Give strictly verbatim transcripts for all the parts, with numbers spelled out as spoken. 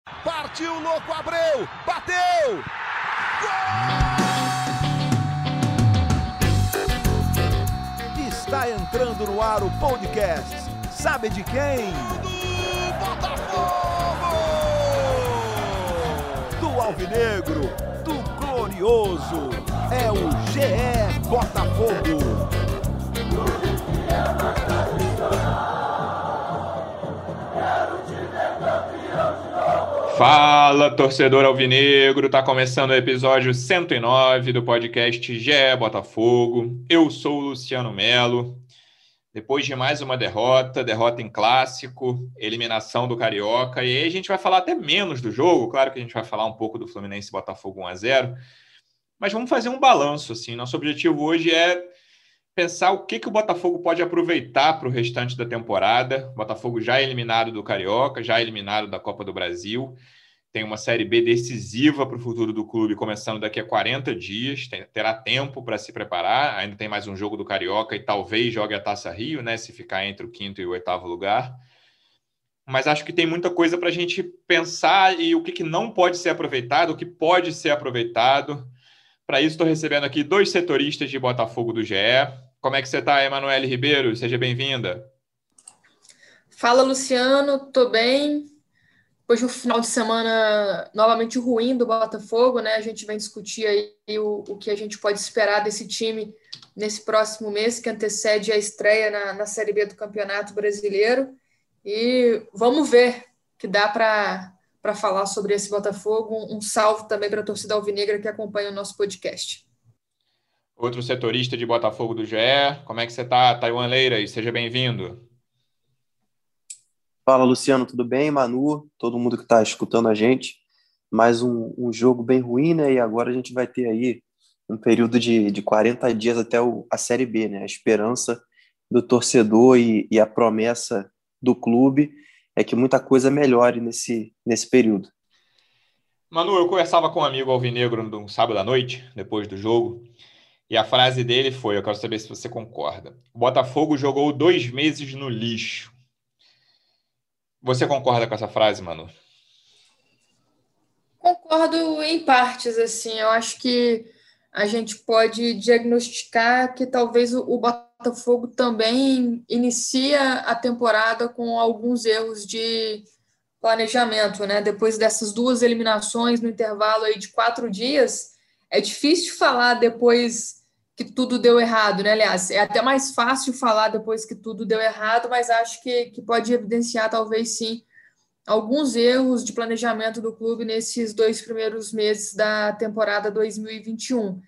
Partiu, louco, Abreu, bateu! Gol! Está entrando no ar o podcast. Sabe de quem? Do Botafogo! Do Alvinegro, do Glorioso. É o G E Botafogo. Fala, torcedor alvinegro, tá começando o episódio cento e nove do podcast G E Botafogo. Eu sou o Luciano Melo. Depois de mais uma derrota, derrota em clássico, eliminação do Carioca, e aí a gente vai falar até menos do jogo, claro que a gente vai falar um pouco do Fluminense Botafogo um a zero, mas vamos fazer um balanço, assim. Nosso objetivo hoje é pensar o que, que o Botafogo pode aproveitar para o restante da temporada. O Botafogo já eliminado do Carioca, já eliminado da Copa do Brasil. Tem uma Série B decisiva para o futuro do clube, começando daqui a quarenta dias. Tem, terá tempo para se preparar. Ainda tem mais um jogo do Carioca e talvez jogue a Taça Rio, né, se ficar entre o quinto e o oitavo lugar. Mas acho que tem muita coisa para a gente pensar e o que, que não pode ser aproveitado, o que pode ser aproveitado. Para isso, estou recebendo aqui dois setoristas de Botafogo do G E. Como é que você está, Emanuele Ribeiro? Seja bem-vinda. Fala, Luciano. Estou bem. Depois de um final de semana novamente ruim do Botafogo, né? A gente vai discutir aí o, o que a gente pode esperar desse time nesse próximo mês, que antecede a estreia na, na Série B do Campeonato Brasileiro. E vamos ver que dá para para falar sobre esse Botafogo. Um salve também para a torcida alvinegra que acompanha o nosso podcast. Outro setorista de Botafogo do G E. Como é que você está, Taiwan Leiras? Seja bem-vindo. Fala, Luciano, tudo bem? Manu, todo mundo que está escutando a gente. Mais um, um jogo bem ruim, né? E agora a gente vai ter aí um período de, de quarenta dias até o, a Série B, né? A esperança do torcedor e, e a promessa do clube é que muita coisa melhore nesse, nesse período. Manu, eu conversava com um amigo alvinegro no sábado à noite, depois do jogo, e a frase dele foi, eu quero saber se você concorda: o Botafogo jogou dois meses no lixo. Você concorda com essa frase, Manu? Concordo em partes, assim. Eu acho que a gente pode diagnosticar que talvez o Botafogo também inicia a temporada com alguns erros de planejamento, né? Depois dessas duas eliminações no intervalo aí de quatro dias, é difícil falar depois que tudo deu errado, né? Aliás, é até mais fácil falar depois que tudo deu errado, mas acho que, que pode evidenciar, talvez sim, alguns erros de planejamento do clube nesses dois primeiros meses da temporada dois mil e vinte e um.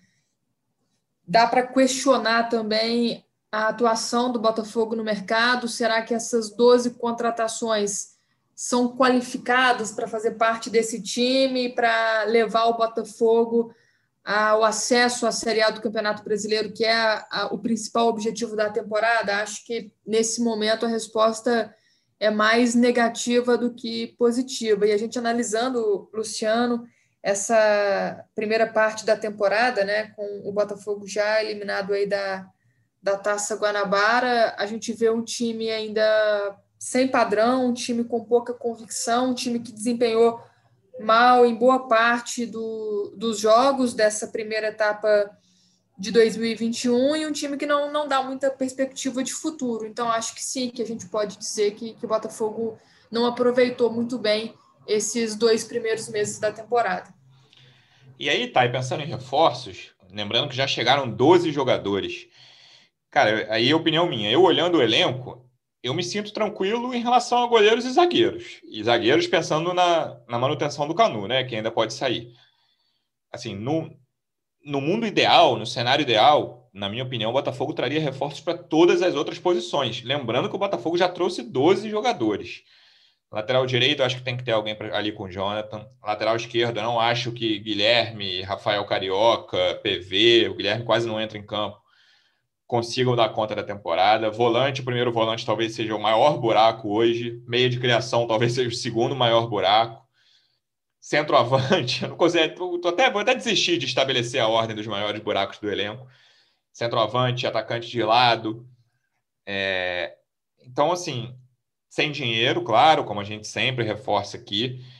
Dá para questionar também a atuação do Botafogo no mercado. Será que essas doze contratações são qualificadas para fazer parte desse time, para levar o Botafogo ao acesso à Série A do Campeonato Brasileiro, que é a, a, o principal objetivo da temporada? Acho que, nesse momento, a resposta é mais negativa do que positiva. E a gente analisando, Luciano, essa primeira parte da temporada, né, com o Botafogo já eliminado aí da, da Taça Guanabara, a gente vê um time ainda sem padrão, um time com pouca convicção, um time que desempenhou mal em boa parte do, dos jogos dessa primeira etapa de dois mil e vinte e um, e um time que não, não dá muita perspectiva de futuro. Então, acho que sim, que a gente pode dizer que, que o Botafogo não aproveitou muito bem esses dois primeiros meses da temporada. E aí, Thay, pensando em reforços, lembrando que já chegaram doze jogadores. Cara, aí é opinião minha. Eu olhando o elenco, eu me sinto tranquilo em relação a goleiros e zagueiros. E zagueiros pensando na, na manutenção do Canu, né? Que ainda pode sair. Assim, no, no mundo ideal, no cenário ideal, na minha opinião, o Botafogo traria reforços para todas as outras posições. Lembrando que o Botafogo já trouxe doze jogadores. Lateral direito, acho que tem que ter alguém pra, ali com o Jonathan. Lateral esquerdo, eu não acho que Guilherme, Rafael Carioca, P V, o Guilherme quase não entra em campo, consigam dar conta da temporada. Volante, o primeiro volante talvez seja o maior buraco hoje. Meia de criação talvez seja o segundo maior buraco. Centroavante, eu não consigo, tô até, vou até desistir de estabelecer a ordem dos maiores buracos do elenco. Centroavante, atacante de lado. É... Então, assim, sem dinheiro, claro, como a gente sempre reforça aqui,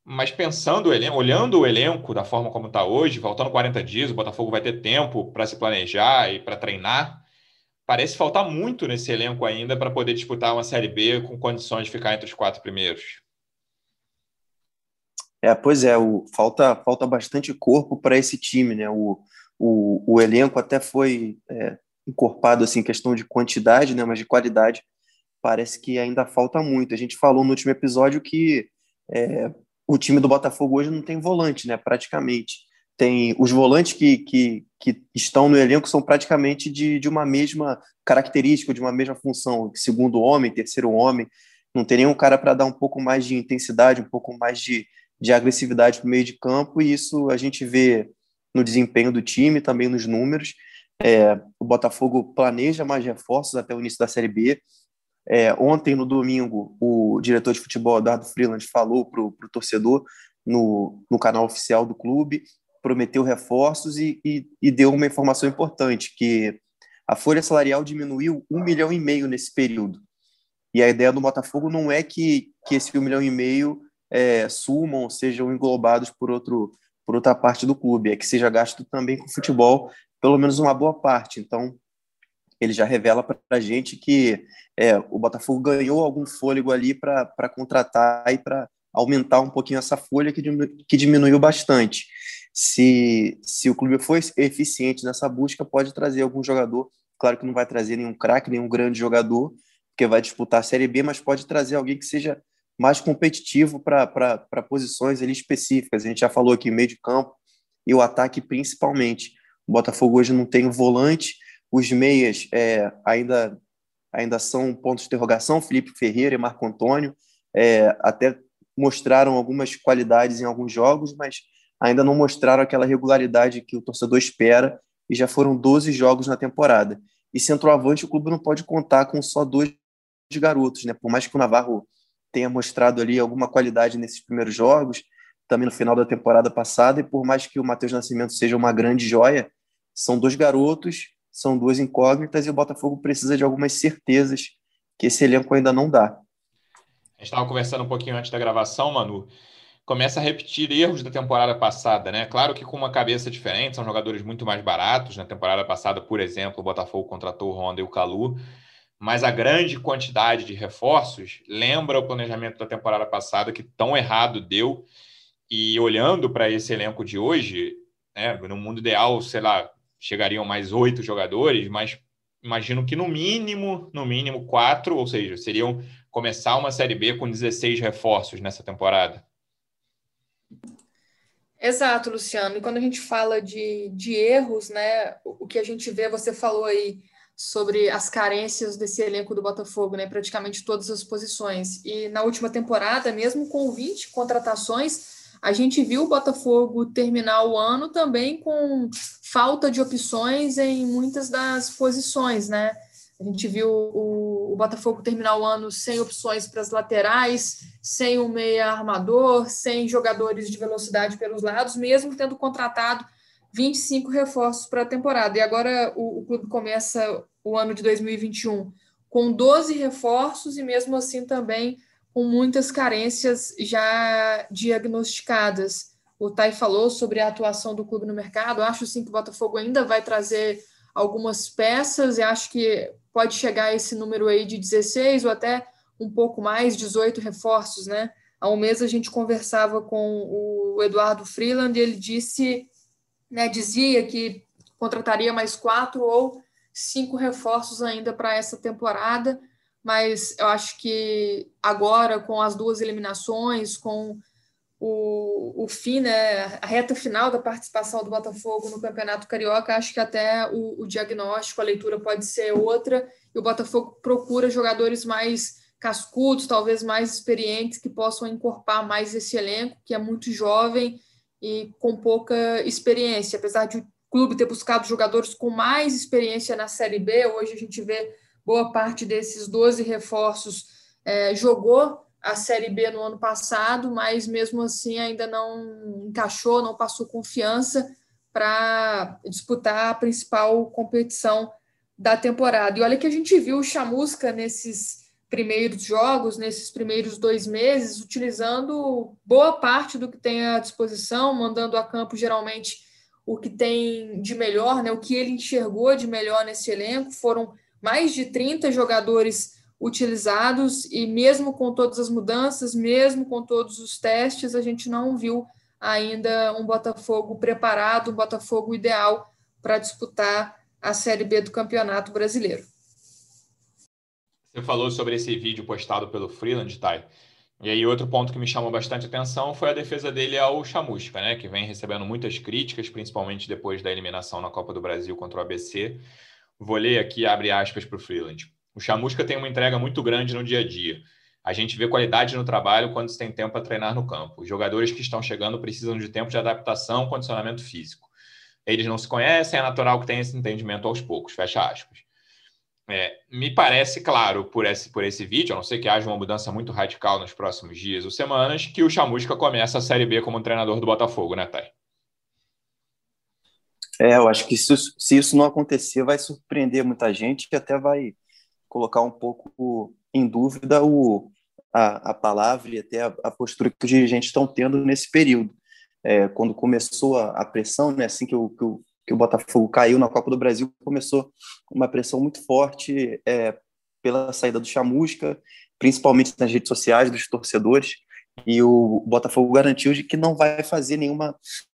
mas pensando, olhando o elenco da forma como está hoje, faltando quarenta dias, o Botafogo vai ter tempo para se planejar e para treinar. Parece faltar muito nesse elenco ainda para poder disputar uma Série B com condições de ficar entre os quatro primeiros. É, pois é, o, falta, falta bastante corpo para esse time, né? O, o, o elenco até foi é, encorpado assim, em questão de quantidade, né? Mas de qualidade parece que ainda falta muito. A gente falou no último episódio que é, o time do Botafogo hoje não tem volante, né? Praticamente. Tem os volantes que, que, que estão no elenco são praticamente de, de uma mesma característica, de uma mesma função, segundo homem, terceiro homem. Não tem nenhum cara para dar um pouco mais de intensidade, um pouco mais de, de agressividade para o meio de campo, e isso a gente vê no desempenho do time, também nos números. É, o Botafogo planeja mais reforços até o início da Série B. É, ontem, no domingo, o diretor de futebol, Eduardo Freeland, falou para o torcedor no, no canal oficial do clube, prometeu reforços e, e, e deu uma informação importante, que a folha salarial diminuiu um milhão e meio nesse período. E a ideia do Botafogo não é que, que esse um milhão e meio é, sumam ou sejam englobados por, outro, por outra parte do clube, é que seja gasto também com futebol, pelo menos uma boa parte. Então, ele já revela para a gente que é, o Botafogo ganhou algum fôlego ali para contratar e para aumentar um pouquinho essa folha que, diminu que diminuiu bastante. Se, se o clube for eficiente nessa busca, pode trazer algum jogador, claro que não vai trazer nenhum craque, nenhum grande jogador, porque vai disputar a Série B, mas pode trazer alguém que seja mais competitivo para posições ali específicas. A gente já falou aqui, meio de campo e o ataque principalmente. O Botafogo hoje não tem o volante, os meias é, ainda, ainda são pontos de interrogação, Felipe Ferreira e Marco Antônio, é, até mostraram algumas qualidades em alguns jogos, mas ainda não mostraram aquela regularidade que o torcedor espera, e já foram doze jogos na temporada. E centroavante, o clube não pode contar com só dois garotos, né? Por mais que o Navarro tenha mostrado ali alguma qualidade nesses primeiros jogos, também no final da temporada passada, e por mais que o Matheus Nascimento seja uma grande joia, são dois garotos, são duas incógnitas, e o Botafogo precisa de algumas certezas que esse elenco ainda não dá. A gente estava conversando um pouquinho antes da gravação, Manu, começa a repetir erros da temporada passada, né? Claro que com uma cabeça diferente, são jogadores muito mais baratos. Na temporada passada, por exemplo, o Botafogo contratou o Honda e o Calu, mas a grande quantidade de reforços lembra o planejamento da temporada passada, que tão errado deu. E olhando para esse elenco de hoje, né, no mundo ideal, sei lá, chegariam mais oito jogadores, mas imagino que no mínimo, no mínimo quatro, ou seja, seriam começar uma Série B com dezesseis reforços nessa temporada. Exato, Luciano. E quando a gente fala de, de erros, né, o que a gente vê, você falou aí sobre as carências desse elenco do Botafogo, né, praticamente todas as posições. E na última temporada, mesmo com vinte contratações, a gente viu o Botafogo terminar o ano também com falta de opções em muitas das posições, né? A gente viu o, o Botafogo terminar o ano sem opções para as laterais, sem um meia armador, sem jogadores de velocidade pelos lados, mesmo tendo contratado vinte e cinco reforços para a temporada. E agora o, o clube começa o ano de dois mil e vinte e um com doze reforços e mesmo assim também com muitas carências já diagnosticadas. O Thay falou sobre a atuação do clube no mercado. Eu acho sim que o Botafogo ainda vai trazer algumas peças e acho que pode chegar a esse número aí de dezesseis ou até um pouco mais, dezoito reforços, né? Há um mês a gente conversava com o Eduardo Freeland e ele disse, né, dizia que contrataria mais quatro ou cinco reforços ainda para essa temporada, mas eu acho que agora, com as duas eliminações, com o, o fim, né, a reta final da participação do Botafogo no Campeonato Carioca, acho que até o, o diagnóstico, a leitura pode ser outra, e o Botafogo procura jogadores mais cascudos, talvez mais experientes, que possam encorpar mais esse elenco, que é muito jovem e com pouca experiência. Apesar de o clube ter buscado jogadores com mais experiência na Série B, hoje a gente vê boa parte desses doze reforços é, jogou a Série B no ano passado, mas mesmo assim ainda não encaixou, não passou confiança para disputar a principal competição da temporada. E olha que a gente viu o Chamusca nesses primeiros jogos, nesses primeiros dois meses, utilizando boa parte do que tem à disposição, mandando a campo geralmente o que tem de melhor, né, o que ele enxergou de melhor nesse elenco. Foram mais de trinta jogadores utilizados e mesmo com todas as mudanças, mesmo com todos os testes, a gente não viu ainda um Botafogo preparado, um Botafogo ideal para disputar a Série B do Campeonato Brasileiro. Você falou sobre esse vídeo postado pelo Freeland, Thay. E aí outro ponto que me chamou bastante atenção foi a defesa dele ao Chamusca, né, que vem recebendo muitas críticas, principalmente depois da eliminação na Copa do Brasil contra o A B C. Vou ler aqui, abre aspas para o Freeland. O Chamusca tem uma entrega muito grande no dia a dia. A gente vê qualidade no trabalho quando se tem tempo para treinar no campo. Os jogadores que estão chegando precisam de tempo de adaptação, condicionamento físico. Eles não se conhecem, é natural que tenha esse entendimento aos poucos, fecha aspas. É, me parece claro por esse, por esse vídeo, a não ser que haja uma mudança muito radical nos próximos dias ou semanas, que o Chamusca começa a Série B como treinador do Botafogo, né, Thay? É, eu acho que se, se isso não acontecer, vai surpreender muita gente e até vai colocar um pouco em dúvida o, a, a palavra e até a, a postura que os dirigentes estão tendo nesse período. É, quando começou a, a pressão, né, assim que o, que o que o Botafogo caiu na Copa do Brasil, começou uma pressão muito forte é, pela saída do Chamusca, principalmente nas redes sociais dos torcedores, e o Botafogo garantiu de que não vai fazer nenhuma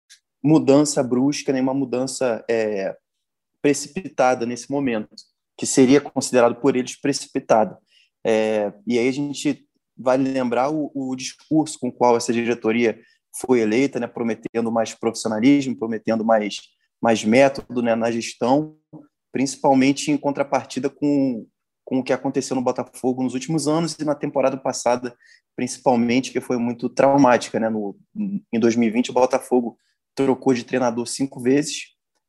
mudança brusca, nenhuma mudança é, precipitada nesse momento, que seria considerado por eles precipitada. É, e aí a gente vai lembrar o, o discurso com o qual essa diretoria foi eleita, né, prometendo mais profissionalismo, prometendo mais mais método, né, na gestão, principalmente em contrapartida com, com o que aconteceu no Botafogo nos últimos anos e na temporada passada, principalmente, que foi muito traumática, né? No, em dois mil e vinte, o Botafogo trocou de treinador cinco vezes,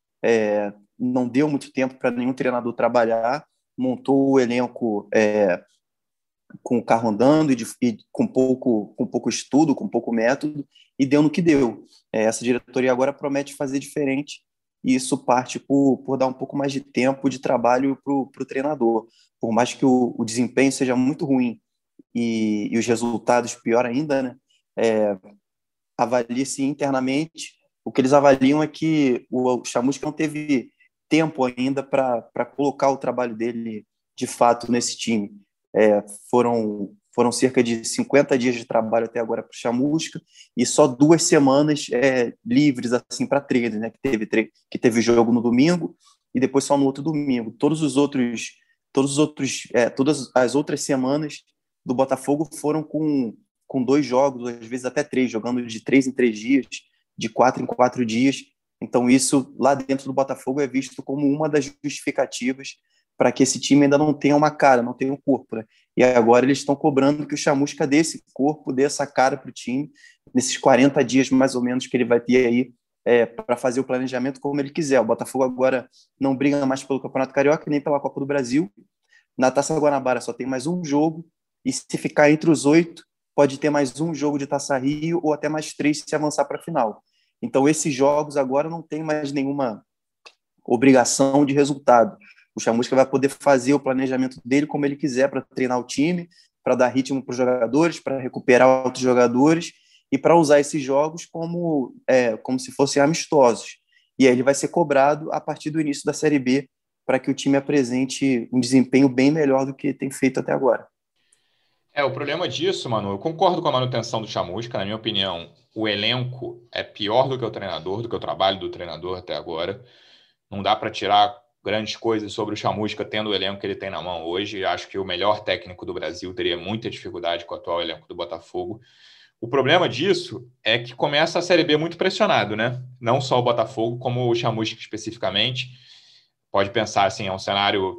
é, não deu muito tempo para nenhum treinador trabalhar, montou o elenco é, com o carro andando e, de, e com, pouco, com pouco estudo, com pouco método, e deu no que deu. É, essa diretoria agora promete fazer diferente, e isso parte por, por dar um pouco mais de tempo de trabalho para o treinador. Por mais que o, o desempenho seja muito ruim e, e os resultados pior ainda, né? É, avalie-se internamente. O que eles avaliam é que o Chamusca não teve tempo ainda para colocar o trabalho dele de fato nesse time. É, foram, foram cerca de cinquenta dias de trabalho até agora para o Chamusca e só duas semanas é, livres assim, para treino, né? que, teve, que teve jogo no domingo e depois só no outro domingo. Todos os outros, todos os outros, é, todas as outras semanas do Botafogo foram com, com dois jogos, às vezes até três, jogando de três em três dias, de quatro em quatro dias. Então isso lá dentro do Botafogo é visto como uma das justificativas para que esse time ainda não tenha uma cara, não tenha um corpo. Né? E agora eles estão cobrando que o Chamusca dê esse corpo, dê essa cara para o time, nesses quarenta dias mais ou menos que ele vai ter aí é, para fazer o planejamento como ele quiser. O Botafogo agora não briga mais pelo Campeonato Carioca nem pela Copa do Brasil. Na Taça Guanabara só tem mais um jogo, e se ficar entre os oito, pode ter mais um jogo de Taça Rio ou até mais três se avançar para a final. Então esses jogos agora não tem mais nenhuma obrigação de resultado. O Chamusca vai poder fazer o planejamento dele como ele quiser para treinar o time, para dar ritmo para os jogadores, para recuperar outros jogadores e para usar esses jogos como, é, como se fossem amistosos. E aí ele vai ser cobrado a partir do início da Série B para que o time apresente um desempenho bem melhor do que tem feito até agora. É, o problema disso, Manu, eu concordo com a manutenção do Chamusca. Na minha opinião, o elenco é pior do que o treinador, do que o trabalho do treinador até agora. Não dá para tirar grandes coisas sobre o Chamusca tendo o elenco que ele tem na mão hoje. Acho que o melhor técnico do Brasil teria muita dificuldade com o atual elenco do Botafogo. O problema disso é que começa a Série B muito pressionado, né? Não só o Botafogo, como o Chamusca especificamente. Pode pensar assim, é um cenário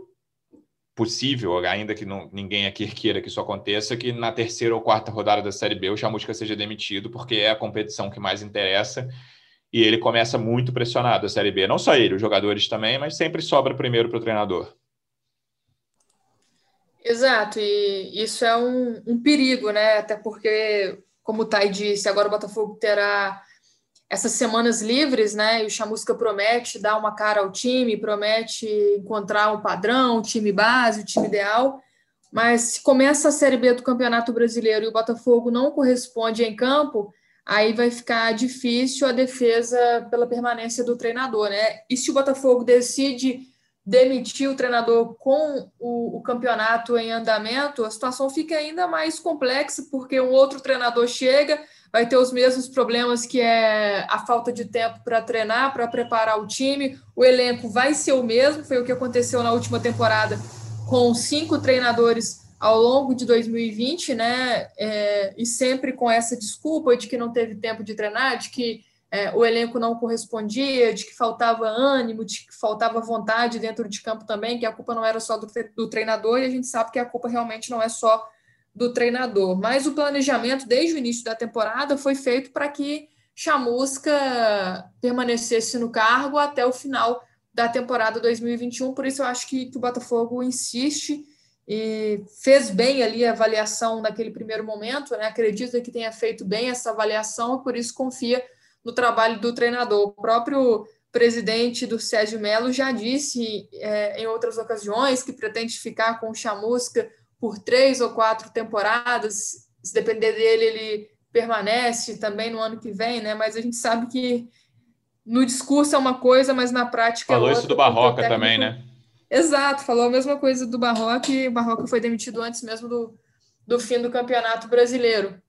possível, ainda que não, ninguém aqui queira que isso aconteça, que na terceira ou quarta rodada da Série B o Chamusca seja demitido, porque é a competição que mais interessa. E ele começa muito pressionado a Série B. Não só ele, os jogadores também, mas sempre sobra primeiro para o treinador. Exato, e isso é um, um perigo, né? Até porque, como o Thay disse, agora o Botafogo terá essas semanas livres, né? E o Chamusca promete dar uma cara ao time, promete encontrar um padrão, um time base, o um time ideal. Mas se começa a Série B do Campeonato Brasileiro e o Botafogo não corresponde em campo, aí vai ficar difícil a defesa pela permanência do treinador, né? E se o Botafogo decide demitir o treinador com o, o campeonato em andamento, a situação fica ainda mais complexa, porque um outro treinador chega, vai ter os mesmos problemas, que é a falta de tempo para treinar, para preparar o time, o elenco vai ser o mesmo, foi o que aconteceu na última temporada, com cinco treinadores ao longo de dois mil e vinte, né? É, e sempre com essa desculpa de que não teve tempo de treinar, de que é, o elenco não correspondia, de que faltava ânimo, de que faltava vontade dentro de campo também, que a culpa não era só do, do treinador, e a gente sabe que a culpa realmente não é só do treinador. Mas o planejamento, desde o início da temporada, foi feito para que Chamusca permanecesse no cargo até o final da temporada dois mil e vinte e um, por isso eu acho que, que o Botafogo insiste e fez bem ali a avaliação naquele primeiro momento, né? Acredita que tenha feito bem essa avaliação e por isso confia no trabalho do treinador. O próprio presidente do Sérgio Melo já disse é, em outras ocasiões que pretende ficar com o Chamusca por três ou quatro temporadas, se depender dele, ele permanece também no ano que vem, né? Mas a gente sabe que no discurso é uma coisa, mas na prática Falou é outra. isso do Barroca técnico... também, né? Exato, falou a mesma coisa do Barroca, e o Barroca foi demitido antes mesmo do, do fim do Campeonato Brasileiro.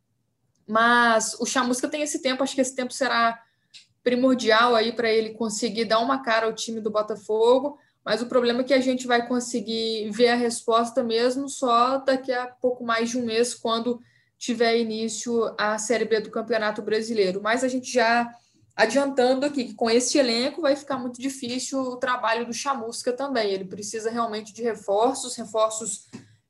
Mas o Chamusca tem esse tempo, acho que esse tempo será primordial aí para ele conseguir dar uma cara ao time do Botafogo, mas o problema é que a gente vai conseguir ver a resposta mesmo só daqui a pouco mais de um mês, quando tiver início a Série B do Campeonato Brasileiro. Mas a gente já adiantando aqui que com esse elenco vai ficar muito difícil o trabalho do Chamusca também. Ele precisa realmente de reforços, reforços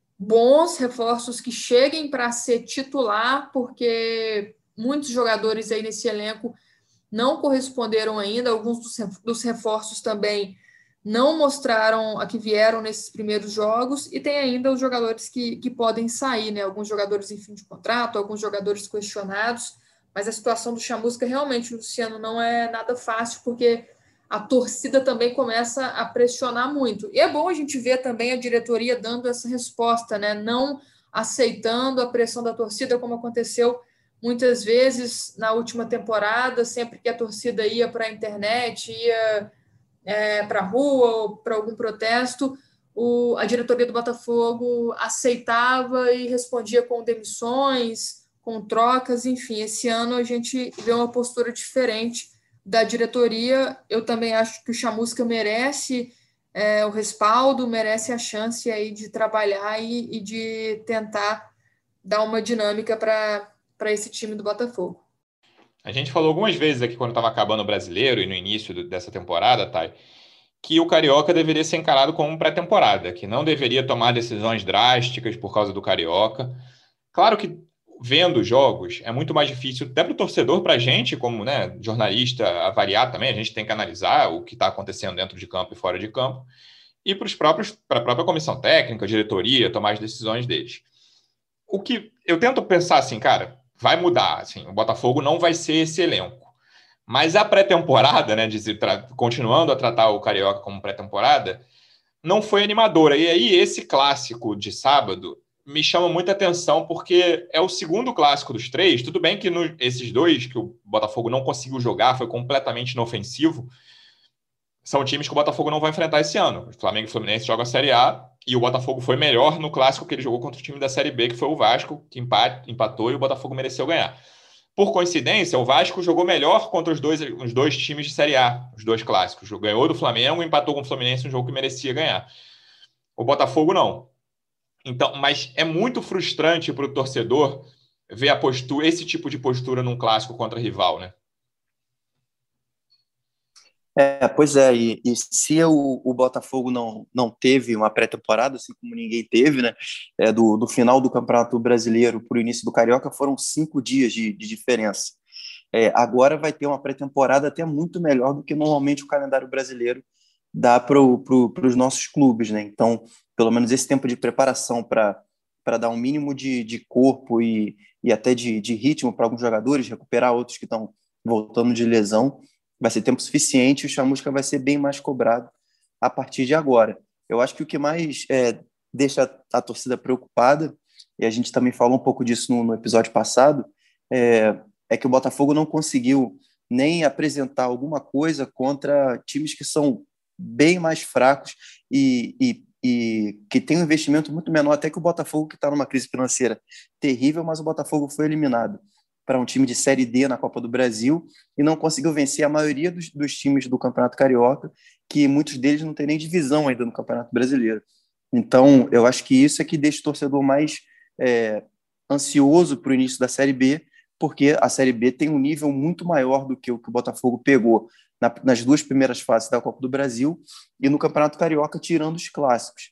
bons, reforços que cheguem para ser titular, porque muitos jogadores aí nesse elenco não corresponderam ainda, alguns dos reforços também não mostraram a que vieram nesses primeiros jogos, e tem ainda os jogadores que, que podem sair, né? Alguns jogadores em fim de contrato, alguns jogadores questionados, mas a situação do Chamusca realmente, Luciano, não é nada fácil, porque a torcida também começa a pressionar muito. E é bom a gente ver também a diretoria dando essa resposta, né? Não aceitando a pressão da torcida, como aconteceu muitas vezes na última temporada, sempre que a torcida ia para a internet, ia é, para a rua ou para algum protesto, o, a diretoria do Botafogo aceitava e respondia com demissões, com trocas, enfim. Esse ano a gente vê uma postura diferente da diretoria. Eu também acho que o Chamusca merece é, o respaldo, merece a chance aí de trabalhar e, e de tentar dar uma dinâmica para para esse time do Botafogo. A gente falou algumas vezes aqui quando estava acabando o Brasileiro e no início do, dessa temporada, Thay, que o Carioca deveria ser encarado como pré-temporada, que não deveria tomar decisões drásticas por causa do Carioca. Claro que vendo jogos é muito mais difícil, até para o torcedor, para a gente, como né, jornalista, avaliar também, a gente tem que analisar o que está acontecendo dentro de campo e fora de campo, e para os próprios, para a própria comissão técnica, diretoria, tomar as decisões deles. O que eu tento pensar assim, cara, vai mudar, assim, o Botafogo não vai ser esse elenco. Mas a pré-temporada, né, de, continuando a tratar o Carioca como pré-temporada, não foi animadora. E aí esse clássico de sábado me chama muita atenção, porque é o segundo clássico dos três. Tudo bem que no, esses dois que o Botafogo não conseguiu jogar, foi completamente inofensivo, são times que o Botafogo não vai enfrentar esse ano. O Flamengo e o Fluminense jogam a Série A, e o Botafogo foi melhor no clássico que ele jogou contra o time da Série B, que foi o Vasco, que empatou e o Botafogo mereceu ganhar. Por coincidência, o Vasco jogou melhor contra os dois, os dois times de Série A, os dois clássicos. Ganhou do Flamengo e empatou com o Fluminense, um jogo que merecia ganhar. O Botafogo não. Então, mas é muito frustrante para o torcedor ver a postura, esse tipo de postura num clássico contra rival, né? É, pois é, e, e se o, o Botafogo não, não teve uma pré-temporada, assim como ninguém teve, né, é, do, do final do Campeonato Brasileiro para o início do Carioca, foram cinco dias de, de diferença. É, agora vai ter uma pré-temporada até muito melhor do que normalmente o calendário brasileiro dá para pro, os nossos clubes, né? Então, pelo menos esse tempo de preparação para dar um mínimo de, de corpo e, e até de, de ritmo para alguns jogadores, recuperar outros que estão voltando de lesão, vai ser tempo suficiente, o Chamusca vai ser bem mais cobrado a partir de agora. Eu acho que o que mais é, deixa a, a torcida preocupada, e a gente também falou um pouco disso no, no episódio passado, é, é que o Botafogo não conseguiu nem apresentar alguma coisa contra times que são bem mais fracos e, e, e que tem um investimento muito menor, até que o Botafogo, que está numa crise financeira terrível, mas o Botafogo foi eliminado para um time de Série D na Copa do Brasil e não conseguiu vencer a maioria dos, dos times do Campeonato Carioca, que muitos deles não têm nem divisão ainda no Campeonato Brasileiro. Então, eu acho que isso é que deixa o torcedor mais é, ansioso para o início da Série B, porque a Série B tem um nível muito maior do que o que o Botafogo pegou na, nas duas primeiras fases da Copa do Brasil e no Campeonato Carioca, tirando os clássicos.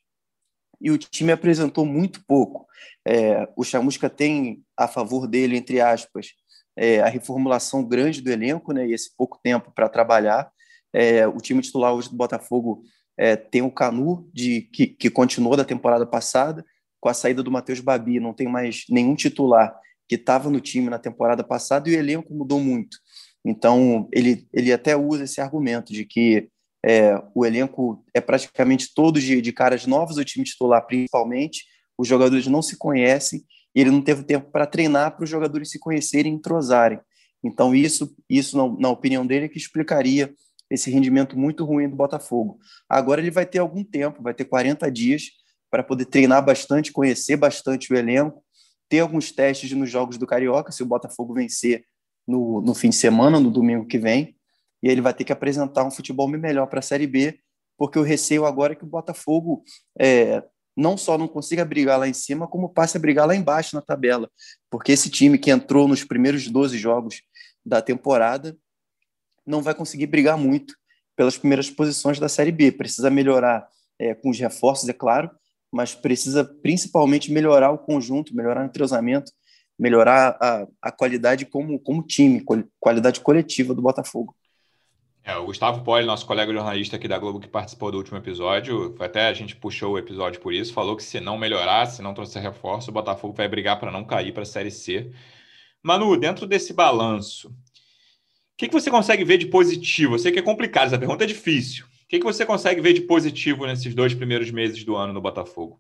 E o time apresentou muito pouco. É, o Chamusca tem a favor dele, entre aspas, é, a reformulação grande do elenco, né, e esse pouco tempo para trabalhar. É, o time titular hoje do Botafogo é, tem o Canu, de, que, que continuou da temporada passada, com a saída do Matheus Babi, não tem mais nenhum titular que estava no time na temporada passada, e o elenco mudou muito. Então, ele, ele até usa esse argumento de que É, o elenco é praticamente todo de, de caras novos, o time titular principalmente, os jogadores não se conhecem e ele não teve tempo para treinar para os jogadores se conhecerem e entrosarem. Então isso, isso na, na opinião dele, é que explicaria esse rendimento muito ruim do Botafogo. Agora ele vai ter algum tempo, vai ter quarenta dias para poder treinar bastante, conhecer bastante o elenco, ter alguns testes nos jogos do Carioca, se o Botafogo vencer no, no fim de semana, no domingo que vem, e ele vai ter que apresentar um futebol bem melhor para a Série B, porque o receio agora é que o Botafogo é, não só não consiga brigar lá em cima, como passe a brigar lá embaixo na tabela, porque esse time que entrou nos primeiros doze jogos da temporada não vai conseguir brigar muito pelas primeiras posições da Série B. Precisa melhorar é, com os reforços, é claro, mas precisa principalmente melhorar o conjunto, melhorar o entrosamento, melhorar a, a qualidade como, como time, qualidade coletiva do Botafogo. É, o Gustavo Poli, nosso colega jornalista aqui da Globo que participou do último episódio, até a gente puxou o episódio por isso, falou que se não melhorar, se não trouxer reforço, o Botafogo vai brigar para não cair para a Série C. Manu, dentro desse balanço, o que, que você consegue ver de positivo? Eu sei que é complicado, essa pergunta é difícil. O que, que você consegue ver de positivo nesses dois primeiros meses do ano no Botafogo?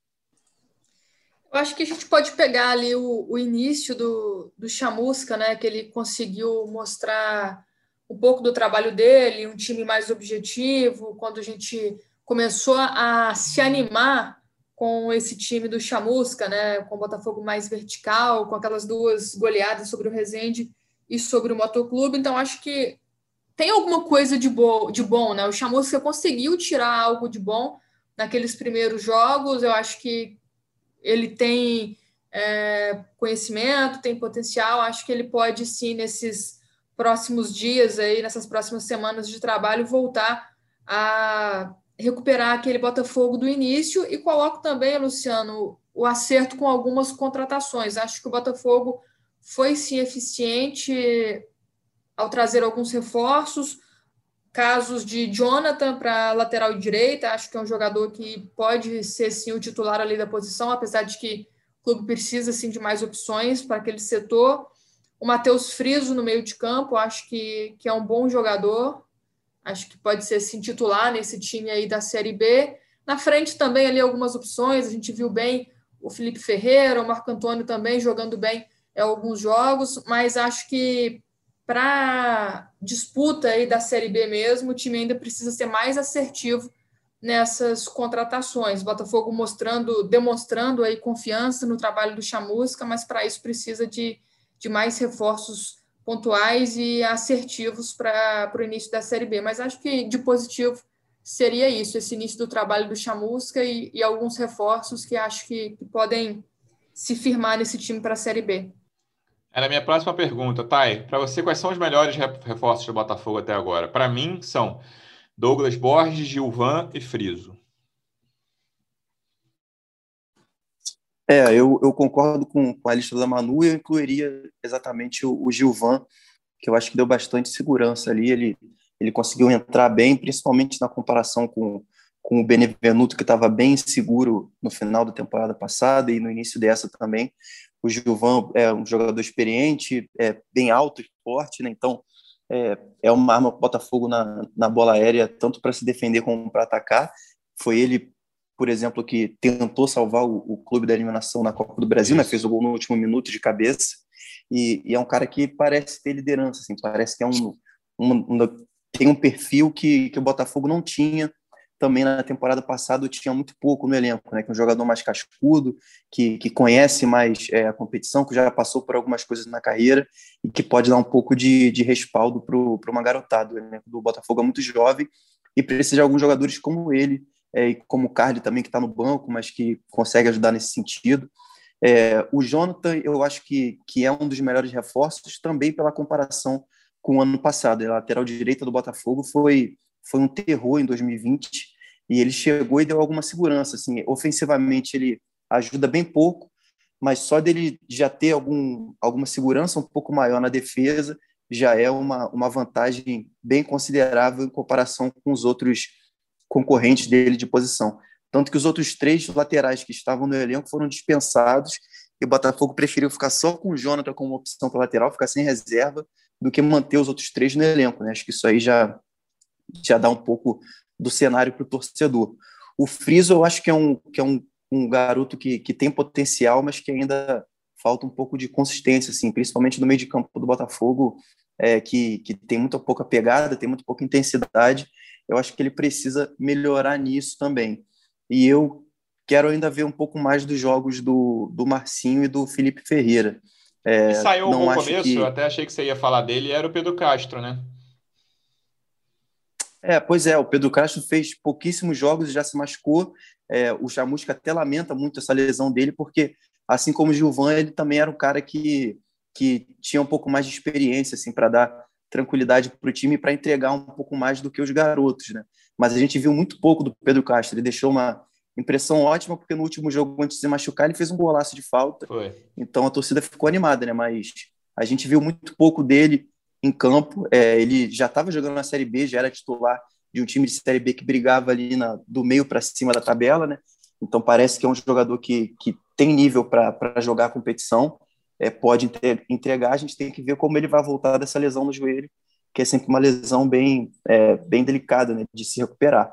Eu acho que a gente pode pegar ali o, o início do, do Chamusca, né, que ele conseguiu mostrar um pouco do trabalho dele, um time mais objetivo, quando a gente começou a se animar com esse time do Chamusca, né, com o Botafogo mais vertical, com aquelas duas goleadas sobre o Resende e sobre o Motoclube. Então, acho que tem alguma coisa de, bo de bom, né? O Chamusca conseguiu tirar algo de bom naqueles primeiros jogos. Eu acho que ele tem é, conhecimento, tem potencial. Acho que ele pode, sim, nesses próximos dias, aí, nessas próximas semanas de trabalho, voltar a recuperar aquele Botafogo do início. E coloco também, Luciano, o acerto com algumas contratações. Acho que o Botafogo foi, sim, eficiente ao trazer alguns reforços, casos de Jonathan para lateral direita, acho que é um jogador que pode ser, sim, o titular ali da posição, apesar de que o clube precisa, sim, de mais opções para aquele setor. O Matheus Friso no meio de campo, acho que, que é um bom jogador, acho que pode ser, sim, titular nesse time aí da Série B. Na frente também ali algumas opções, a gente viu bem o Felipe Ferreira, o Marco Antônio também jogando bem em alguns jogos, mas acho que para disputa aí da Série B mesmo, o time ainda precisa ser mais assertivo nessas contratações. Botafogo mostrando, demonstrando aí confiança no trabalho do Chamusca, mas para isso precisa de, de mais reforços pontuais e assertivos para o início da Série B. Mas acho que de positivo seria isso, esse início do trabalho do Chamusca e, e alguns reforços que acho que, que podem se firmar nesse time para a Série B. Era a minha próxima pergunta, Thay. Para você, quais são os melhores reforços do Botafogo até agora? Para mim, são Douglas Borges, Gilvan e Friso. É, eu, eu concordo com, com a lista da Manu e eu incluiria exatamente o, o Gilvan, que eu acho que deu bastante segurança ali. Ele, ele conseguiu entrar bem, principalmente na comparação com, com o Benevenuto, que estava bem seguro no final da temporada passada e no início dessa também. O Gilvan é um jogador experiente, é bem alto e forte, né? Então é, é uma arma para o Botafogo na, na bola aérea, tanto para se defender como para atacar. Foi ele por exemplo, que tentou salvar o, o clube da eliminação na Copa do Brasil, né? Fez o gol no último minuto de cabeça, e, e é um cara que parece ter liderança, assim, parece que é um, um, um tem um perfil que, que o Botafogo não tinha. Também na temporada passada tinha muito pouco no elenco, né? Que é um jogador mais cascudo, que, que conhece mais é, a competição, que já passou por algumas coisas na carreira e que pode dar um pouco de, de respaldo para uma garotada. O elenco do Botafogo é muito jovem e precisa de alguns jogadores como ele, é, e como o Carly também, que está no banco, mas que consegue ajudar nesse sentido. É, o Jonathan, eu acho que, que é um dos melhores reforços, também pela comparação com o ano passado. A lateral direita do Botafogo foi, foi um terror em dois mil e vinte, e ele chegou e deu alguma segurança. Assim, ofensivamente, ele ajuda bem pouco, mas só dele já ter algum, alguma segurança um pouco maior na defesa já é uma, uma vantagem bem considerável em comparação com os outros concorrentes dele de posição. Tanto que os outros três laterais que estavam no elenco foram dispensados e o Botafogo preferiu ficar só com o Jonathan como opção para lateral, ficar sem reserva, do que manter os outros três no elenco, né? Acho que isso aí já, já dá um pouco do cenário para o torcedor. O Friso, eu acho que é um, que é um, um garoto que, que tem potencial, mas que ainda falta um pouco de consistência, assim, principalmente no meio de campo do Botafogo, é, que, que tem muito pouca pegada, tem muito pouca intensidade. Eu acho que ele precisa melhorar nisso também. E eu quero ainda ver um pouco mais dos jogos do, do Marcinho e do Felipe Ferreira. É, e saiu não um bom acho começo, que... eu até achei que você ia falar dele, era o Pedro Castro, né? É, pois é, o Pedro Castro fez pouquíssimos jogos e já se machucou. É, o Chamusca até lamenta muito essa lesão dele, porque, assim como o Gilvan, ele também era um cara que, que tinha um pouco mais de experiência, assim, para dar tranquilidade para o time e para entregar um pouco mais do que os garotos, né? Mas a gente viu muito pouco do Pedro Castro. Ele deixou uma impressão ótima, porque no último jogo, antes de se machucar, ele fez um golaço de falta. Foi. Então a torcida ficou animada, né? Mas a gente viu muito pouco dele em campo. É, ele já estava jogando na Série B, já era titular de um time de Série B que brigava ali na, do meio para cima da tabela, né? Então parece que é um jogador que, que tem nível para jogar a competição, é, pode entregar. A gente tem que ver como ele vai voltar dessa lesão no joelho, que é sempre uma lesão bem, é, bem delicada, né, de se recuperar.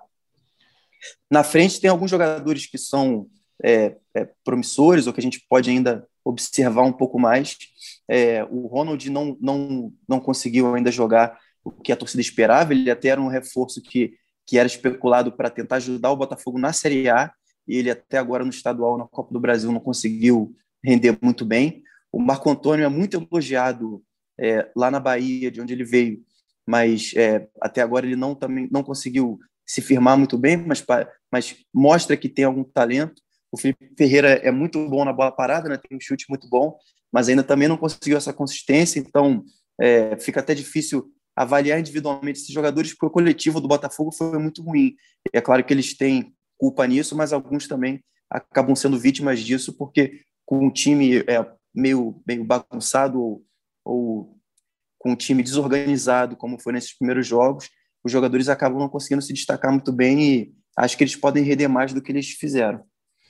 Na frente tem alguns jogadores que são é, é, promissores, ou que a gente pode ainda observar um pouco mais. É, o Ronald não, não, não conseguiu ainda jogar o que a torcida esperava. Ele até era um reforço que, que era especulado para tentar ajudar o Botafogo na Série A, e ele até agora no estadual, na Copa do Brasil, não conseguiu render muito bem. O Marco Antônio é muito elogiado é, lá na Bahia, de onde ele veio, mas é, até agora ele não, também, não conseguiu se firmar muito bem, mas, mas mostra que tem algum talento. O Felipe Ferreira é muito bom na bola parada, né? Tem um chute muito bom, mas ainda também não conseguiu essa consistência, então é, fica até difícil avaliar individualmente esses jogadores, porque o coletivo do Botafogo foi muito ruim. É claro que eles têm culpa nisso, mas alguns também acabam sendo vítimas disso, porque com um time é, meio, meio bagunçado ou, ou com um time desorganizado, como foi nesses primeiros jogos, os jogadores acabam não conseguindo se destacar muito bem e acho que eles podem render mais do que eles fizeram.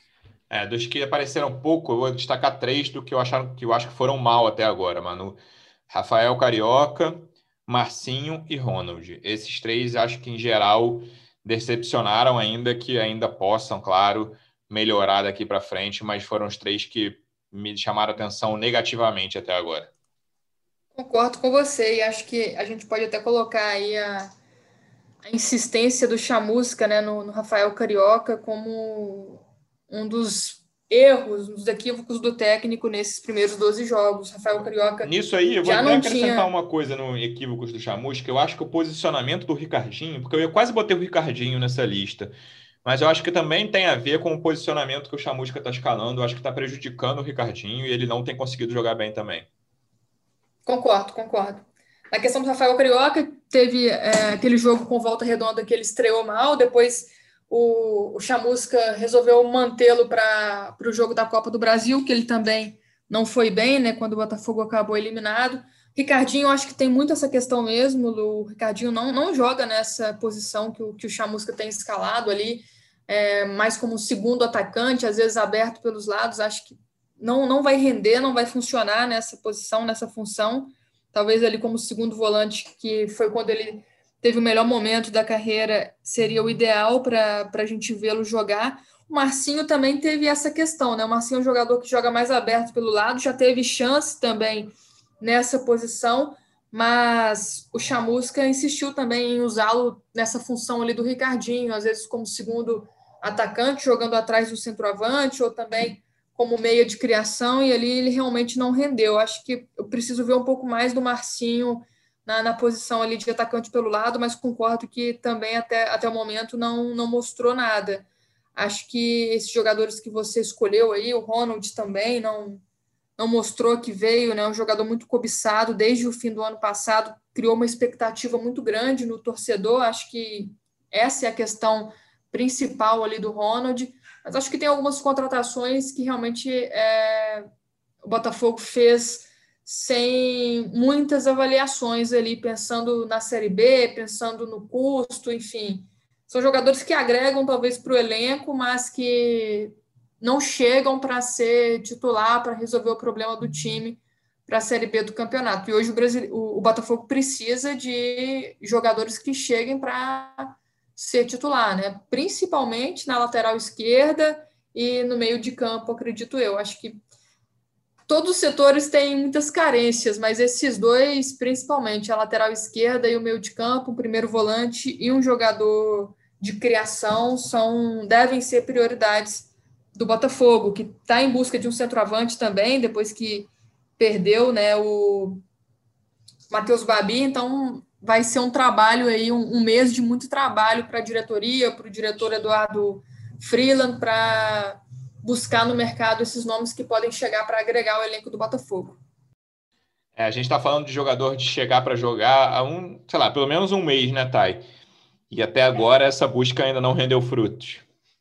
É, dos que apareceram pouco, eu vou destacar três do que eu, acharam, que eu acho que foram mal até agora, Manu. Rafael Carioca, Marcinho e Ronald. Esses três, acho que, em geral, decepcionaram, ainda que ainda possam, claro, melhorar daqui para frente, mas foram os três que me chamaram atenção negativamente até agora. Concordo com você, e acho que a gente pode até colocar aí a, a insistência do Chamusca, né, no, no Rafael Carioca como um dos erros, um dos equívocos do técnico nesses primeiros doze jogos. Rafael Carioca Nisso aí, eu vou já até não acrescentar tinha... uma coisa no equívocos do Chamusca, que eu acho que o posicionamento do Ricardinho, porque eu quase botei o Ricardinho nessa lista, mas eu acho que também tem a ver com o posicionamento que o Chamusca está escalando, eu acho que está prejudicando o Ricardinho e ele não tem conseguido jogar bem também. Concordo, concordo. Na questão do Rafael Carioca, teve é, aquele jogo com Volta Redonda que ele estreou mal, depois o, o Chamusca resolveu mantê-lo para o jogo da Copa do Brasil, que ele também não foi bem, né, quando o Botafogo acabou eliminado. Ricardinho, eu acho que tem muito essa questão mesmo, o Ricardinho não, não joga nessa posição que o, que o Chamusca tem escalado ali, é, mais como segundo atacante, às vezes aberto pelos lados. Acho que não, não vai render, não vai funcionar nessa posição, nessa função. Talvez ali como segundo volante, que foi quando ele teve o melhor momento da carreira, seria o ideal para a gente vê-lo jogar. O O Marcinho também teve essa questão, né? O Marcinho é um jogador que joga mais aberto pelo lado, já teve chance também nessa posição, mas o Chamusca insistiu também em usá-lo nessa função ali do Ricardinho, às vezes como segundo atacante, jogando atrás do centroavante, ou também como meia de criação, e ali ele realmente não rendeu. Acho que eu preciso ver um pouco mais do Marcinho na, na posição ali de atacante pelo lado, mas concordo que também até, até o momento não, não mostrou nada. Acho que esses jogadores que você escolheu aí, o Ronald também não, não mostrou que veio, né? Um jogador muito cobiçado desde o fim do ano passado, criou uma expectativa muito grande no torcedor. Acho que essa é a questão principal ali do Ronald, mas acho que tem algumas contratações que realmente é, o Botafogo fez sem muitas avaliações ali, pensando na Série B, pensando no custo, enfim. São jogadores que agregam talvez para o elenco, mas que não chegam para ser titular, para resolver o problema do time para a Série B do campeonato. E hoje o, Brasil, o, o Botafogo precisa de jogadores que cheguem para ser titular, né? Principalmente na lateral esquerda e no meio de campo, acredito eu. Acho que todos os setores têm muitas carências, mas esses dois, principalmente, a lateral esquerda e o meio de campo, o primeiro volante e um jogador de criação, são, devem ser prioridades do Botafogo, que está em busca de um centroavante também, depois que perdeu, né, o Matheus Babi, então vai ser um trabalho aí, um, um mês de muito trabalho para a diretoria, para o diretor Eduardo Freeland, para buscar no mercado esses nomes que podem chegar para agregar o elenco do Botafogo. É, a gente está falando de jogador de chegar para jogar há um, sei lá, pelo menos um mês, né, Thay? E até agora essa busca ainda não rendeu frutos.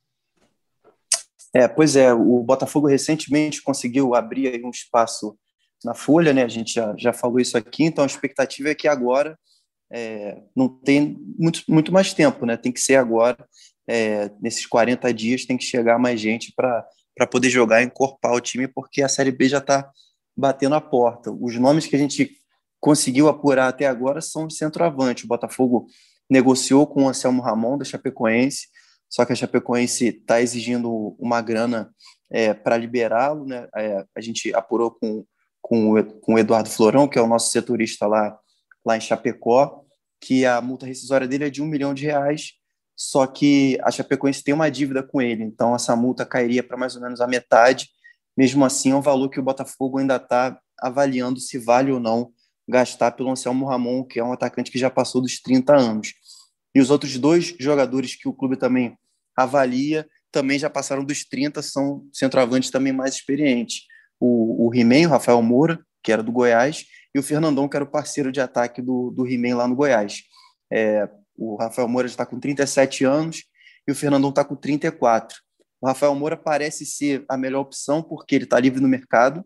É, pois é, o Botafogo recentemente conseguiu abrir aí um espaço na folha, né? A gente já, já falou isso aqui, então a expectativa é que agora é, não tem muito, muito mais tempo, né? Tem que ser agora, é, nesses quarenta dias, tem que chegar mais gente para poder jogar e encorpar o time, porque a Série B já está batendo a porta. Os nomes que a gente conseguiu apurar até agora são de centroavante. O Botafogo negociou com o Anselmo Ramon, da Chapecoense, só que a Chapecoense está exigindo uma grana é, para liberá-lo, né? É, a gente apurou com, com, o, com o Eduardo Florão, que é o nosso setorista lá, lá em Chapecó, que a multa rescisória dele é de um milhão de reais, só que a Chapecoense tem uma dívida com ele, então essa multa cairia para mais ou menos a metade. Mesmo assim, é um valor que o Botafogo ainda está avaliando se vale ou não gastar pelo Anselmo Ramon, que é um atacante que já passou dos trinta anos. E os outros dois jogadores que o clube também avalia também já passaram dos trinta, são centroavantes também mais experientes. O, o He-Man, o Rafael Moura, que era do Goiás, e o Fernandão, que era o parceiro de ataque do, do He-Man lá no Goiás. É, o Rafael Moura já está com trinta e sete anos e o Fernandão está com trinta e quatro. O Rafael Moura parece ser a melhor opção porque ele está livre no mercado.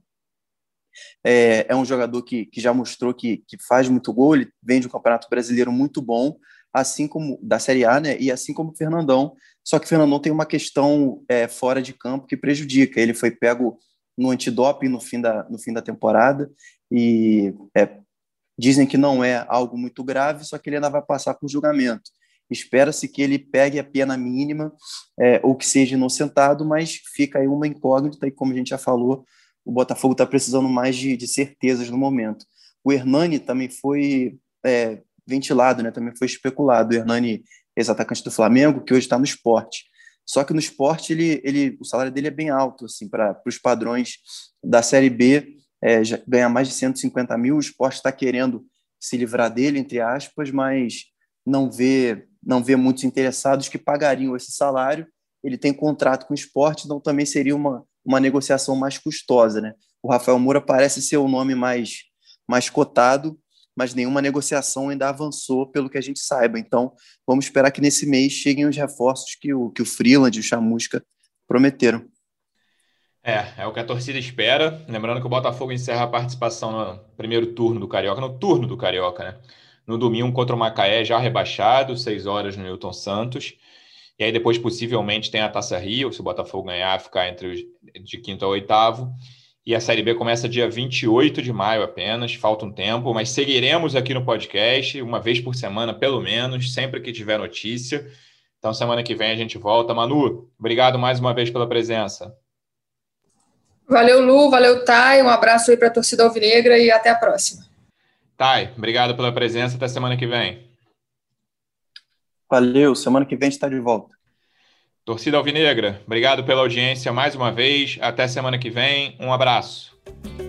É, é um jogador que, que já mostrou que, que faz muito gol, ele vem de um campeonato brasileiro muito bom, assim como da Série A, né? E assim como o Fernandão, só que o Fernandão tem uma questão é, fora de campo que prejudica. Ele foi pego no antidoping no fim da, no fim da temporada e é, dizem que não é algo muito grave, só que ele ainda vai passar por julgamento. Espera-se que ele pegue a pena mínima é, ou que seja inocentado, mas fica aí uma incógnita e, como a gente já falou, o Botafogo está precisando mais de, de certezas no momento. O Hernani também foi é, ventilado, né? Também foi especulado. O Hernani, ex-atacante do Flamengo, que hoje está no Sport. Só que no Sport ele, ele, o salário dele é bem alto, assim, para os padrões da Série B, é, já ganha mais de cento e cinquenta mil. O Sport está querendo se livrar dele, entre aspas, mas não vê, não vê muitos interessados que pagariam esse salário. Ele tem contrato com o Sport, então também seria uma, uma negociação mais custosa, né? O Rafael Moura parece ser o nome mais, mais cotado, mas nenhuma negociação ainda avançou, pelo que a gente saiba. Então, vamos esperar que nesse mês cheguem os reforços que o, que o Freeland e o Chamusca prometeram. É, é o que a torcida espera. Lembrando que o Botafogo encerra a participação no primeiro turno do Carioca, no turno do Carioca, né? No domingo contra o Macaé, já rebaixado, seis horas no Newton Santos. E aí depois, possivelmente, tem a Taça Rio, se o Botafogo ganhar, ficar entre os de quinto a oitavo. E a Série B começa dia vinte e oito de maio apenas, falta um tempo, mas seguiremos aqui no podcast, uma vez por semana, pelo menos, sempre que tiver notícia. Então, semana que vem a gente volta. Manu, obrigado mais uma vez pela presença. Valeu, Lu, valeu, Thay, um abraço aí para a torcida alvinegra e até a próxima. Thay, obrigado pela presença, até semana que vem. Valeu, semana que vem a gente está de volta. Torcida alvinegra, obrigado pela audiência mais uma vez, até semana que vem, um abraço.